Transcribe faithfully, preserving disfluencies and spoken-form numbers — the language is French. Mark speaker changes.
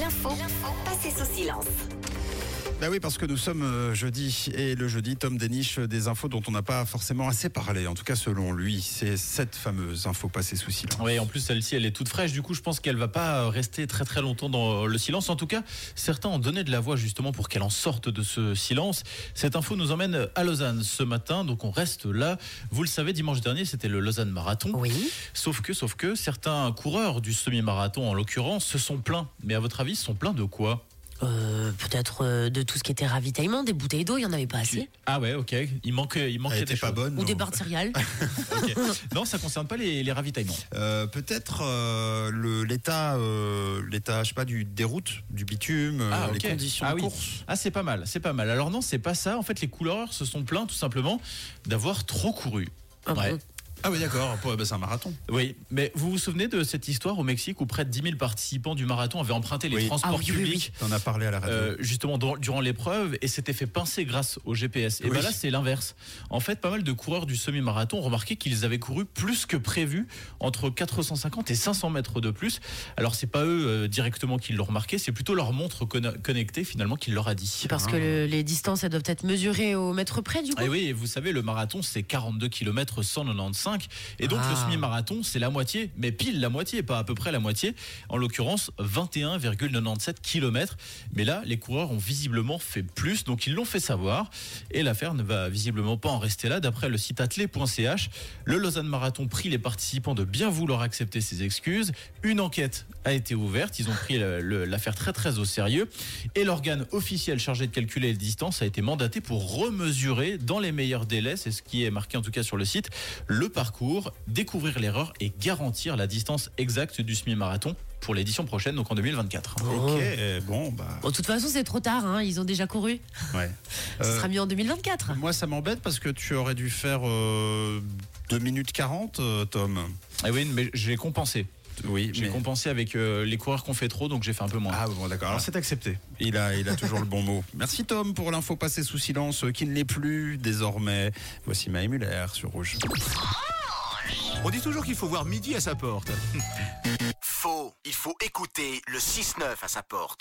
Speaker 1: L'info passée sous silence.
Speaker 2: Bah oui, parce que nous sommes euh, jeudi, et le jeudi, Tom déniche des infos dont on n'a pas forcément assez parlé. En tout cas, selon lui, c'est cette fameuse info passée sous silence.
Speaker 3: Oui, en plus, celle-ci, elle est toute fraîche. Du coup, je pense qu'elle va pas rester très très longtemps dans le silence. En tout cas, certains ont donné de la voix justement pour qu'elle en sorte de ce silence. Cette info nous emmène à Lausanne ce matin, donc on reste là. Vous le savez, dimanche dernier, c'était le Lausanne Marathon.
Speaker 1: Oui.
Speaker 3: Sauf que, sauf que, certains coureurs du semi-marathon, en l'occurrence, se sont plaints. Mais à votre avis, ils se sont plaints de quoi ?
Speaker 4: Euh, peut-être euh, de tout ce qui était ravitaillement, des bouteilles d'eau, il n'y en avait pas assez.
Speaker 3: Ah ouais, ok. Il manquait, il manquait
Speaker 2: Elle
Speaker 3: des
Speaker 2: était pas
Speaker 3: choses.
Speaker 2: bonne.
Speaker 4: Ou
Speaker 2: non.
Speaker 4: des barres de céréales.
Speaker 3: Ok. Non, ça concerne pas les, les ravitaillements.
Speaker 2: Euh, peut-être euh, le l'état, euh, l'état, je sais pas, du des routes, du bitume, euh,
Speaker 3: Ah, ok.
Speaker 2: les conditions
Speaker 3: Ah
Speaker 2: de
Speaker 3: oui.
Speaker 2: course.
Speaker 3: Ah, c'est pas mal, c'est pas mal. Alors non, c'est pas ça. En fait, les coureurs se sont plaints tout simplement d'avoir trop couru.
Speaker 4: Ah,
Speaker 3: Ouais.
Speaker 4: bon.
Speaker 2: Ah oui, d'accord. Pour- bah, c'est un marathon.
Speaker 3: Oui, mais vous vous souvenez de cette histoire au Mexique où près de dix mille participants du marathon avaient emprunté les
Speaker 2: Oui.
Speaker 3: transports
Speaker 4: Ah oui, oui, oui.
Speaker 3: publics
Speaker 2: T'en as parlé à la radio.
Speaker 3: euh, justement dans- durant l'épreuve et s'étaient fait pincer grâce au G P S. Et
Speaker 2: Oui.
Speaker 3: ben là, c'est l'inverse. En fait, pas mal de coureurs du semi-marathon ont remarqué qu'ils avaient couru plus que prévu, entre quatre cent cinquante et cinq cents mètres de plus. Alors, c'est pas eux euh, directement qui l'ont remarqué, c'est plutôt leur montre conne- connectée finalement qui leur a dit.
Speaker 4: C'est parce que le- les distances, elles doivent être mesurées au mètre près, du coup.
Speaker 3: Et oui, et vous savez, le marathon, c'est quarante-deux kilomètres cent quatre-vingt-quinze. Et donc,
Speaker 4: Ah.
Speaker 3: le semi-marathon, c'est la moitié, mais pile la moitié, pas à peu près la moitié. En l'occurrence, vingt et un virgule quatre-vingt-dix-sept kilomètres. Mais là, les coureurs ont visiblement fait plus, donc ils l'ont fait savoir. Et l'affaire ne va visiblement pas en rester là. D'après le site athlé point c h, le Lausanne Marathon prie les participants de bien vouloir accepter ses excuses. Une enquête a été ouverte. Ils ont pris le- le- l'affaire très très au sérieux. Et l'organe officiel chargé de calculer les distances a été mandaté pour remesurer dans les meilleurs délais, c'est ce qui est marqué en tout cas sur le site, le parcours, découvrir l'erreur et garantir la distance exacte du semi-marathon pour l'édition prochaine, donc en deux mille vingt-quatre.
Speaker 2: Ok, bon bah
Speaker 4: Bon, de toute façon, c'est trop tard, hein, ils ont déjà couru.
Speaker 2: ouais.
Speaker 4: Ce
Speaker 2: Euh,
Speaker 4: sera mieux en deux mille vingt-quatre.
Speaker 2: Moi, ça m'embête parce que tu aurais dû faire euh, deux minutes quarante, euh, Tom.
Speaker 3: Et oui, mais j'ai compensé.
Speaker 2: Oui,
Speaker 3: J'ai
Speaker 2: mais-
Speaker 3: compensé avec euh, les coureurs qu'on fait trop, donc j'ai fait un peu moins.
Speaker 2: Ah bon, d'accord. Alors c'est accepté. Il a, il a toujours le bon mot. Merci Tom pour l'info passée sous silence, euh, qui ne l'est plus désormais. Voici Maë Muller sur Rouge.
Speaker 5: On dit toujours qu'il faut voir midi à sa porte.
Speaker 6: Faux. Il faut écouter le six neuf à sa porte.